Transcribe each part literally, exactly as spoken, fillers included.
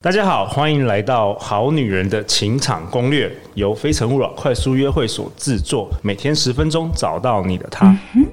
大家好，欢迎来到好女人的情场攻略，由非诚勿扰快速约会所制作，每天十分钟，找到你的他。嗯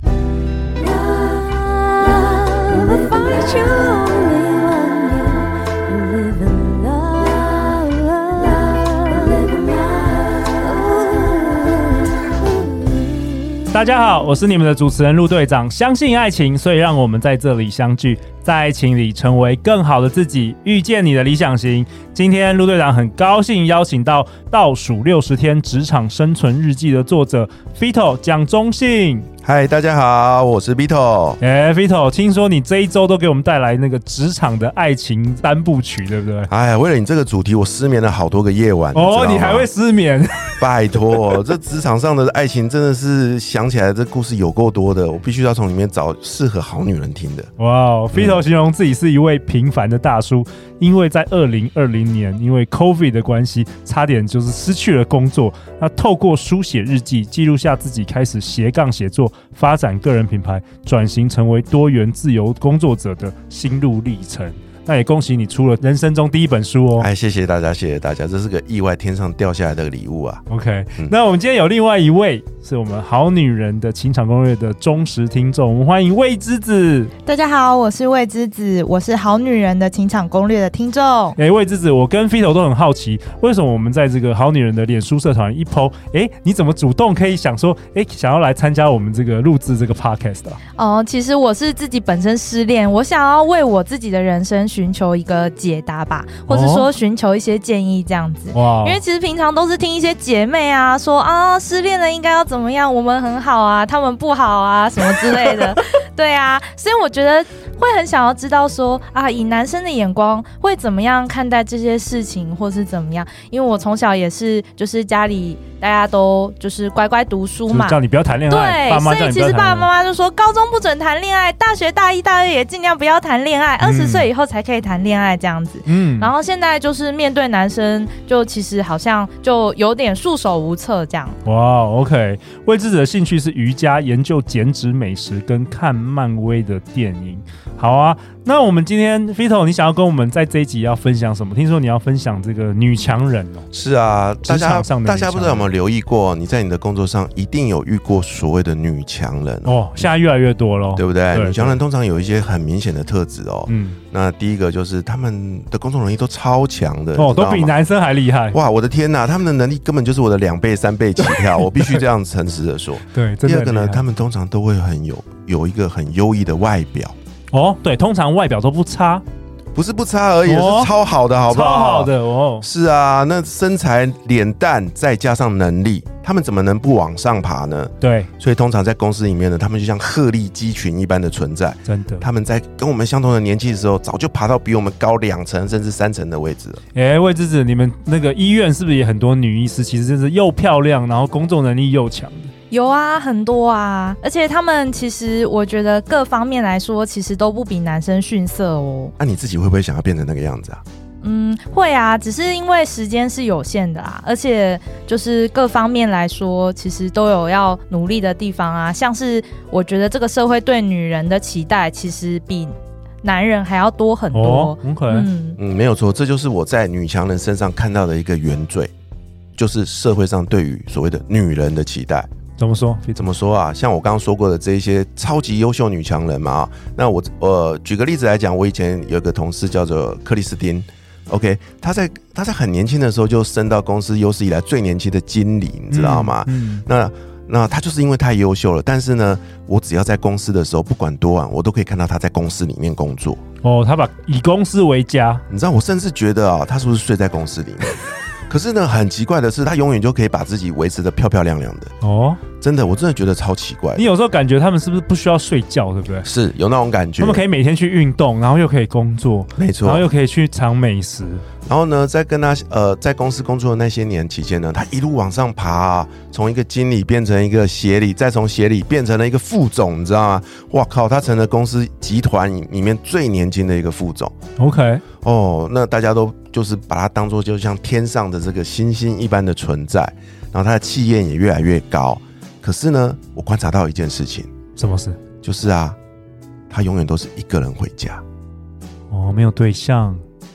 大家好，我是你们的主持人陆队长。相信爱情，所以让我们在这里相聚，在爱情里成为更好的自己，遇见你的理想型。今天陆队长很高兴邀请到倒数六十天职场生存日记的作者 Vito 蒋中信。 嗨，大家好，我是 Vito。 哎 ，Vito， 听说你这一周都给我们带来那个职场的爱情三部曲，对不对？ 哎，为了你这个主题，我失眠了好多个夜晚。 哦，你, 你还会失眠？ 拜托，这职场上的爱情真的是想起来，这故事有够多的，我必须要从里面找适合好女人听的。 哇 ，Vito 形容自己是一位平凡的大叔，因为在二零二零年，因为 COVID 的关系，差点就是失去了工作。那透过书写日记，记录下自己开始斜杠写作。发展个人品牌，转型成为多元自由工作者的心路历程。那也恭喜你出了人生中第一本书哦！ 哎，谢谢大家，谢谢大家，这是个意外天上掉下来的礼物啊。 OK，、嗯、那我们今天有另外一位是我们好女人的情场攻略的忠实听众，我们欢迎魏之子。 大家好，我是魏之子，我是好女人的情场攻略的听众。 哎，魏之子，我跟 Vito 都很好奇，为什么我们在这个好女人的脸书社团一 po， 哎，你怎么主动可以想说，哎，想要来参加我们这个录制这个 podcast 啊？ 哦，其实我是自己本身失恋，我想要为我自己的人生寻求一个解答吧，或是说寻求一些建议这样子。哇、哦！因为其实平常都是听一些姐妹啊说啊，失恋了应该要怎么样，我们很好啊，他们不好啊，什么之类的。对啊，所以我觉得会很想要知道说啊，以男生的眼光会怎么样看待这些事情，或是怎么样？因为我从小也是，就是家里大家都就是乖乖读书嘛， 叫你不要谈恋爱。 对，所以其实爸爸妈妈就说，高中不准谈恋爱，大学大一大二也尽量不要谈恋爱，二十岁以后才可以谈恋爱这样子。嗯，然后现在就是面对男生，就其实好像就有点束手无策这样。 哇 ，OK， 魏之子的兴趣是瑜伽、研究减脂美食跟看漫威的电影。好啊，那我们今天 Vito， 你想要跟我们在这一集要分享什么？听说你要分享这个女强人哦。 是啊，大家大家不知道有没有留意过，你在你的工作上一定有遇过所谓的女强人哦，现在越来越多了， 对不对？对，女强人通常有一些很明显的特质哦。嗯，那第一个就是他们的工作能力都超强的哦，都比男生还厉害。 哇，我的天哪，他们的能力根本就是我的两倍、三倍起跳，我必须这样诚实的说。 对， 第二个呢，他们通常都会很有有一个很优异的外表。 哦，对，通常外表都不差， 不是不差而已，哦、是超好的，好不好？ 超好的哦。 是啊，那身材、脸蛋再加上能力，他们怎么能不往上爬呢？ 对， 所以通常在公司里面呢，他们就像鹤立鸡群一般的存在。 真的， 他们在跟我们相同的年纪的时候，早就爬到比我们高两层甚至三层的位置了。 哎、欸，魏之子，你们那个医院是不是也很多女医师？其实就是又漂亮，然后工作能力又强的。 有啊，很多啊，而且他们其实我觉得各方面来说，其实都不比男生逊色哦。 那、啊、你自己会不会想要变成那个样子啊？ 嗯，会啊，只是因为时间是有限的啊，而且就是各方面来说，其实都有要努力的地方啊。像是我觉得这个社会对女人的期待，其实比男人还要多很多。 哦 okay、 嗯嗯，没有错，这就是我在女强人身上看到的一个原罪，就是社会上对于所谓的女人的期待。 怎么说？ 怎么说啊？像我刚刚说过的这一些超级优秀女强人嘛，那我呃举个例子来讲，我以前有个同事叫做克里斯汀 ，OK， 她在她在很年轻的时候就升到公司有史以来最年轻的经理，你知道吗？嗯，嗯那那她就是因为太优秀了，但是呢，我只要在公司的时候，不管多晚，我都可以看到她在公司里面工作。 哦，她把以公司为家， 你知道，我甚至觉得啊，她是不是睡在公司里面？可是呢，很奇怪的是，他永远就可以把自己维持得漂漂亮亮的哦。真的，我真的觉得超奇怪。 你有时候感觉他们是不是不需要睡觉，对不对？ 是有那种感觉。 他们可以每天去运动，然后又可以工作， 没错， 然后又可以去尝美食。 然后呢，在跟他呃在公司工作的那些年期间呢，他一路往上爬、啊，从一个经理变成一个协理，再从协理变成了一个副总，你知道吗？哇靠，他成了公司集团里面最年轻的一个副总。 OK， 哦，那大家都就是把他当作就像天上的这个星星一般的存在，然后他的气焰也越来越高。可是呢，我观察到一件事情。 什么事？ 就是啊，他永远都是一个人回家。 哦，没有对象。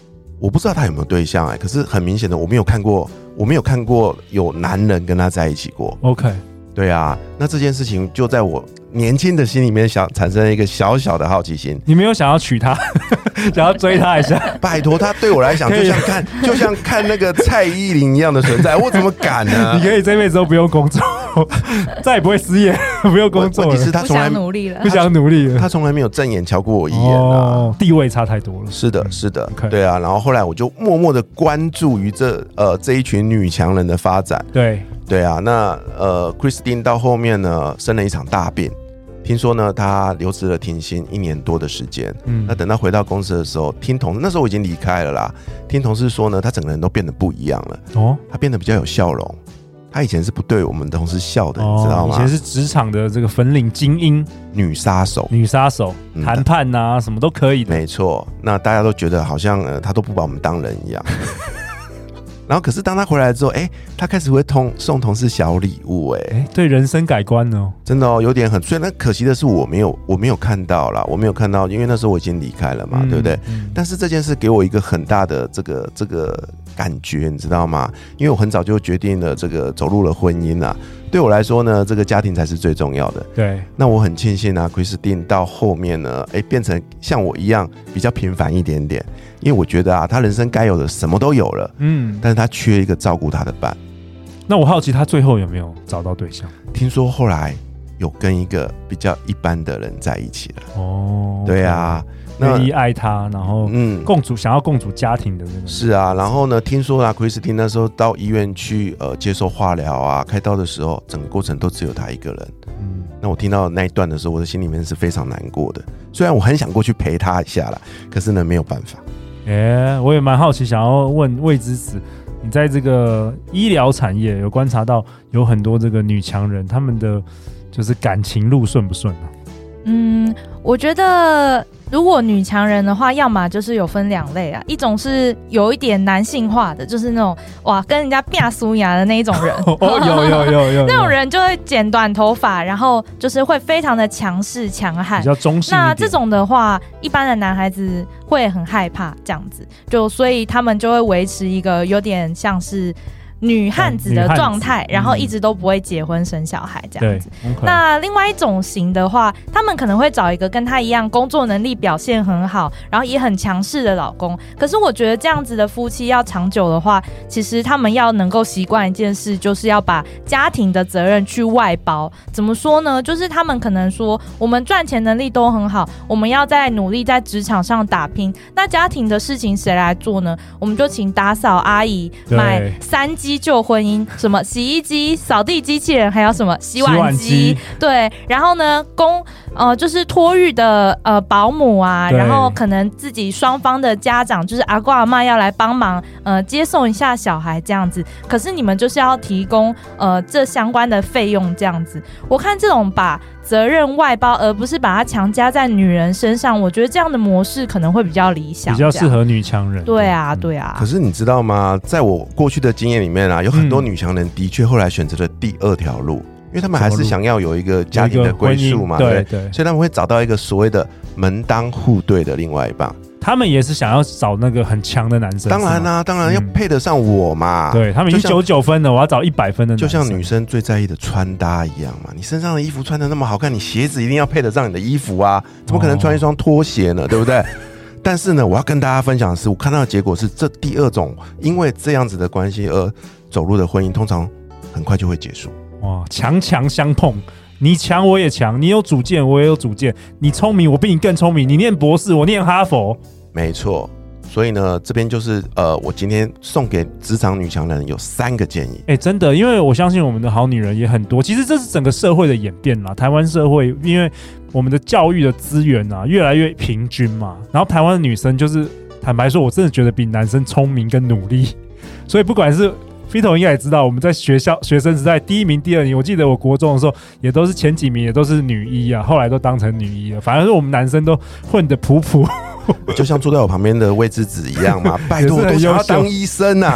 我不知道他有没有对象哎、欸，可是很明显的我没有看过，我没有看过有男人跟他在一起过。 OK， 对啊，那这件事情就在我年轻的心里面想产生了一个小小的好奇心。 你没有想要娶她，想要追她一下？ 拜托，他对我来讲就像看就像看那个蔡依林一样的存在，我怎么敢呢？ 你可以这辈子都不用工作，再也不会失业，不用工作了。 问题是他从来不想努力了， 不想努力了。 他从来没有正眼瞧过我一眼啊， 哦、地位差太多了。 是的，是的， okay. 对啊。然后后来我就默默的关注于这呃这一群女强人的发展。 对对啊，那呃 Christine 到后面呢生了一场大病。听说呢，他留职了停薪一年多的时间。嗯，那等他回到公司的时候，听同那时候我已经离开了啦。听同事说呢，他整个人都变得不一样了。哦，他变得比较有笑容。他以前是不对我们同事笑的，哦、你知道吗？ 以前是职场的这个粉领精英、 女杀手、 女杀手，谈、嗯、判啊什么都可以的。 没错，那大家都觉得好像、呃、他都不把我们当人一样。然后，可是当他回来之后，哎、欸，他开始会通送同事小礼物、欸，哎、 欸，对人生改观哦， 真的哦，有点很。所以那可惜的是，我没有，我没有看到啦，我没有看到，因为那时候我已经离开了嘛，嗯、对不对、嗯？但是这件事给我一个很大的这个这个感觉，你知道吗？因为我很早就决定了这个走入了婚姻啊。对我来说呢，这个家庭才是最重要的。 对， 那我很庆幸啊 ，Christine 到后面呢，哎、欸，变成像我一样比较平凡一点点。因为我觉得啊，他人生该有的什么都有了，嗯，但是他缺一个照顾他的伴。 那我好奇他最后有没有找到对象？ 听说后来有跟一个比较一般的人在一起了。哦，对啊， 愿意爱他，然后嗯，共组想要共组家庭的那个。 是啊，然后呢，听说啊 ，Christine 那时候到医院去呃接受化疗啊，开刀的时候，整个过程都只有他一个人。嗯，那我听到那一段的时候，我的心里面是非常难过的。虽然我很想过去陪他一下啦，可是呢，没有办法。 哎、欸，我也蛮好奇，想要问魏之子，你在这个医疗产业有观察到有很多这个女强人，她们的就是感情路顺不顺啊？ 嗯，我觉得如果女强人的话，要么就是有分两类啊，一种是有一点男性化的，就是那种哇跟人家变苏牙的那一种人， 哦，有有有有， 那种人就会剪短头发，然后就是会非常的强势强悍， 比较中性一点。 那这种的话，一般的男孩子会很害怕这样子，就所以他们就会维持一个有点像是女汉子的状态，然后一直都不会结婚生小孩这样子。Okay. 那另外一种型的话，他们可能会找一个跟他一样工作能力表现很好，然后也很强势的老公。可是我觉得这样子的夫妻要长久的话，其实他们要能够习惯一件事，就是要把家庭的责任去外包。怎么说呢？就是他们可能说，我们赚钱能力都很好，我们要在努力在职场上打拼，那家庭的事情谁来做呢？我们就请打扫阿姨买三机旧婚姻，什么洗衣机、扫地机器人，还有什么洗碗机，对。然后呢，公呃就是托育的呃保姆啊，然后可能自己双方的家长就是阿公阿嬷要来帮忙呃接送一下小孩这样子。可是你们就是要提供呃这相关的费用这样子。我看这种把责任外包，而不是把它强加在女人身上，我觉得这样的模式可能会比较理想， 比较适合女强人。 对啊，对啊。 可是你知道吗？在我过去的经验里面啊，有很多女强人的确后来选择了第二条路，因为他们还是想要有一个家庭的归属嘛，对对，所以他们会找到一个所谓的门当户对的另外一半。 他们也是想要找那个很强的男生， 当然啦、啊，当然要配得上我嘛。 嗯、对他们已经九十九分了，我要找一百分的男生。 就像女生最在意的穿搭一样嘛，你身上的衣服穿得那么好看，你鞋子一定要配得上你的衣服啊，怎么可能穿一双拖鞋呢？哦、对不对？但是呢，我要跟大家分享的是，我看到的结果是，这第二种因为这样子的关系而走入的婚姻，通常很快就会结束。 哇，强强相碰。你强我也强，你有主见我也有主见，你聪明我比你更聪明，你念博士我念哈佛， 没错。所以呢，这边就是呃，我今天送给职场女强人有三个建议。 哎、欸，真的，因为我相信我们的好女人也很多。其实这是整个社会的演变啦，台湾社会因为我们的教育的资源啊越来越平均嘛，然后台湾的女生就是坦白说，我真的觉得比男生聪明跟努力，所以不管是Vito 应该也知道，我们在学校学生时代第一名、第二名，我记得我国中的时候也都是前几名，也都是女一啊，后来都当成女一了。反而是我们男生都混得普普， 就像坐在我旁边的魏之子一样嘛，拜托，我都想要当医生啊！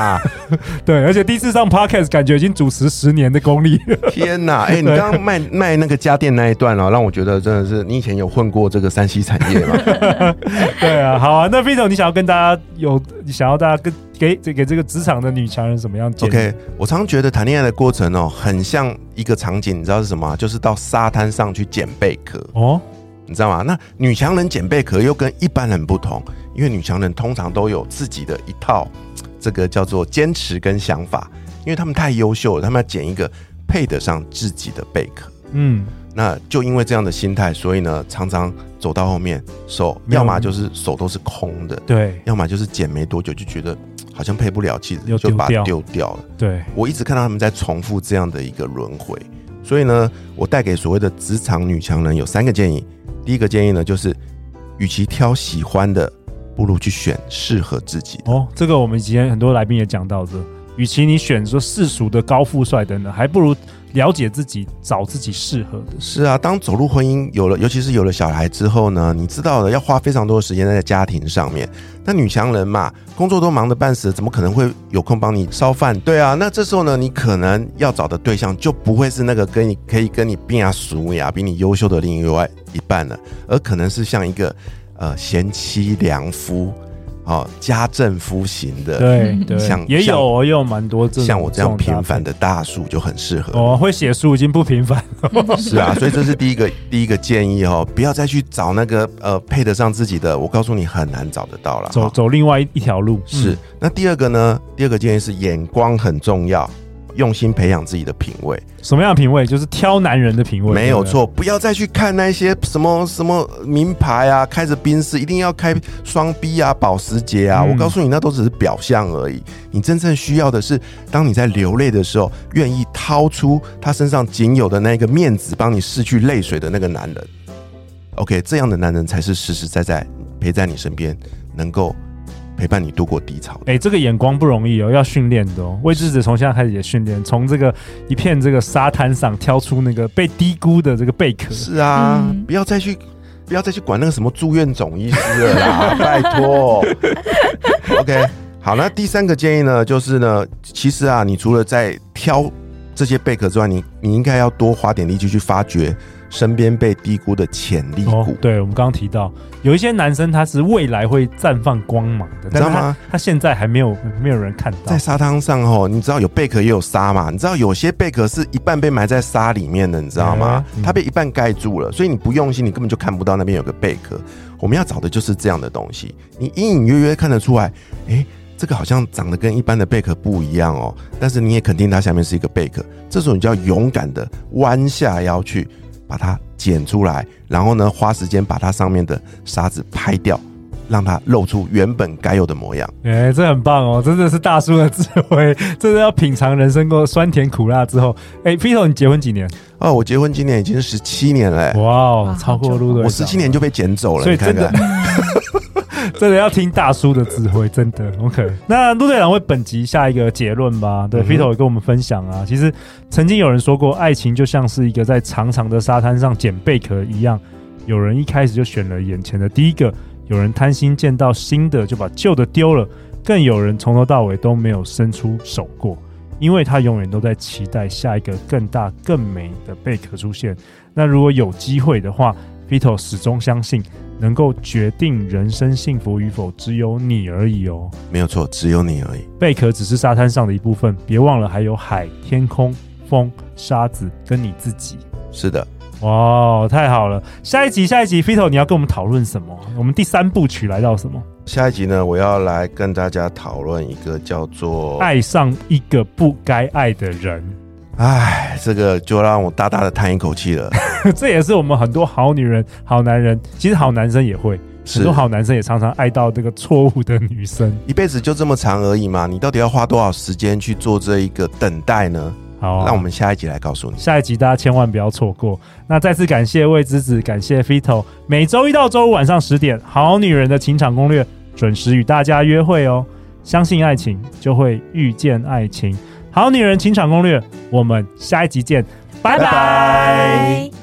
对，而且第一次上 podcast 感觉已经主持十年的功力。 天哪，哎、欸，你刚刚卖卖那个家电那一段哦，让我觉得真的是你以前有混过这个三 C 产业吗？ 对啊，好啊，那 Vito 你想要跟大家有想要大家跟给给这个职场的女强人什么样建议 ？OK， 我常觉得谈恋爱的过程哦，很像一个场景，你知道是什么？就是到沙滩上去捡贝壳哦。你知道吗？那女强人捡贝壳又跟一般人不同，因为女强人通常都有自己的一套，这个叫做坚持跟想法，因为他们太优秀了，他们要捡一个配得上自己的贝壳。嗯，那就因为这样的心态，所以呢，常常走到后面，手要么就是手都是空的， 对， 要么就是捡没多久就觉得好像配不了气，就把它丢掉了。 对， 我一直看到他们在重复这样的一个轮回，所以呢，我带给所谓的职场女强人有三个建议。第一个建议呢，就是与其挑喜欢的，不如去选适合自己的。 哦，这个我们以前很多来宾也讲到的，与其你选说世俗的高富帅等等，还不如了解自己，找自己适合的。 是啊，当走入婚姻有了，尤其是有了小孩之后呢，你知道了要花非常多的时间在家庭上面。那女强人嘛，工作都忙得半死，怎么可能会有空帮你烧饭？对啊，那这时候呢，你可能要找的对象就不会是那个跟你可以跟你并啊熟呀、比你优秀的另外一半了，而可能是像一个呃贤妻良夫。哦，家政夫型的， 对对，像也有也有蛮多这种， 像我这样平凡的大叔就很适合。 哦，会写书已经不平凡了。 是啊，所以这是第一个第一个建议哦，不要再去找那个呃配得上自己的，我告诉你很难找得到了。 走走另外一条路。 是、嗯，那第二个呢？第二个建议是眼光很重要。用心培养自己的品味， 什么样的品味？就是挑男人的品味， 没有错。不要再去看那些什么什么名牌啊，开着宾士，一定要开双 B 啊，保时捷啊、嗯。我告诉你，那都只是表象而已。你真正需要的是，当你在流泪的时候，愿意掏出他身上仅有的那个面子，帮你拭去泪水的那个男人。OK， 这样的男人才是实实在在陪在你身边，能够陪伴你度过低潮。 哎、欸，这个眼光不容易哦，要训练的哦。魏之子从现在开始也训练，从这个一片这个沙滩上挑出那个被低估的这个贝壳。 是啊，嗯、不要再去，不要再去管那个什么住院总医师了啦，拜托。OK， 好，那第三个建议呢，就是呢，其实啊，你除了在挑这些贝壳之外，你你应该要多花点力气去发掘身边被低估的潜力股。哦、 对，我们刚刚提到有一些男生他是未来会绽放光芒的， 你知道吗？ 他, 他现在还没有没有人看到。 在沙滩上哦，你知道有贝壳也有沙嘛？你知道有些贝壳是一半被埋在沙里面的，你知道吗？嗯、它被一半盖住了，所以你不用心，你根本就看不到那边有个贝壳。我们要找的就是这样的东西，你隐隐约约看得出来，哎，这个好像长得跟一般的贝壳不一样哦，但是你也肯定它下面是一个贝壳。这时候你就要勇敢的弯下腰去把它捡出来，然后呢，花时间把它上面的沙子拍掉，让它露出原本该有的模样。 哎、欸，这很棒哦，真的是大叔的智慧，真的要品尝人生过酸甜苦辣之后。哎、欸、，Vito， 你结婚几年？ 哦，我结婚今年已经是十七年了、欸。 哇哦，超过陆队长， 我十七年就被捡走了， 所以真的。 你看看真的要听大叔的智慧，真的 OK。那陆队长为本集下一个结论吧。对、嗯、，Vito 也跟我们分享啊，其实曾经有人说过，爱情就像是一个在长长的沙滩上捡贝壳一样，有人一开始就选了眼前的第一个，有人贪心见到新的就把旧的丢了，更有人从头到尾都没有伸出手过，因为他永远都在期待下一个更大更美的贝壳出现。那如果有机会的话， Vito 始终相信能够决定人生幸福与否只有你而已哦。 没有错，只有你而已。 贝壳只是沙滩上的一部分，别忘了还有海、天空、风、沙子跟你自己。 是的。 哇，太好了！下一集，下一集 Vito 你要跟我们讨论什么？我们第三部曲来到什么？ 下一集呢，我要来跟大家讨论一个叫做爱上一个不该爱的人。 唉，这个就让我大大的叹一口气了。 这也是我们很多好女人、好男人，其实好男生也会，很多好男生也常常爱到这个错误的女生。 一辈子就这么长而已嘛，你到底要花多少时间去做这一个等待呢？好、啊，让我们下一集来告诉你。 下一集大家千万不要错过。那再次感谢魏之子，感谢 Vito， 每周一到周五晚上十点，好女人的情场攻略准时与大家约会哦。相信爱情，就会遇见爱情。好女人情场攻略，我们下一集见，拜拜。拜拜。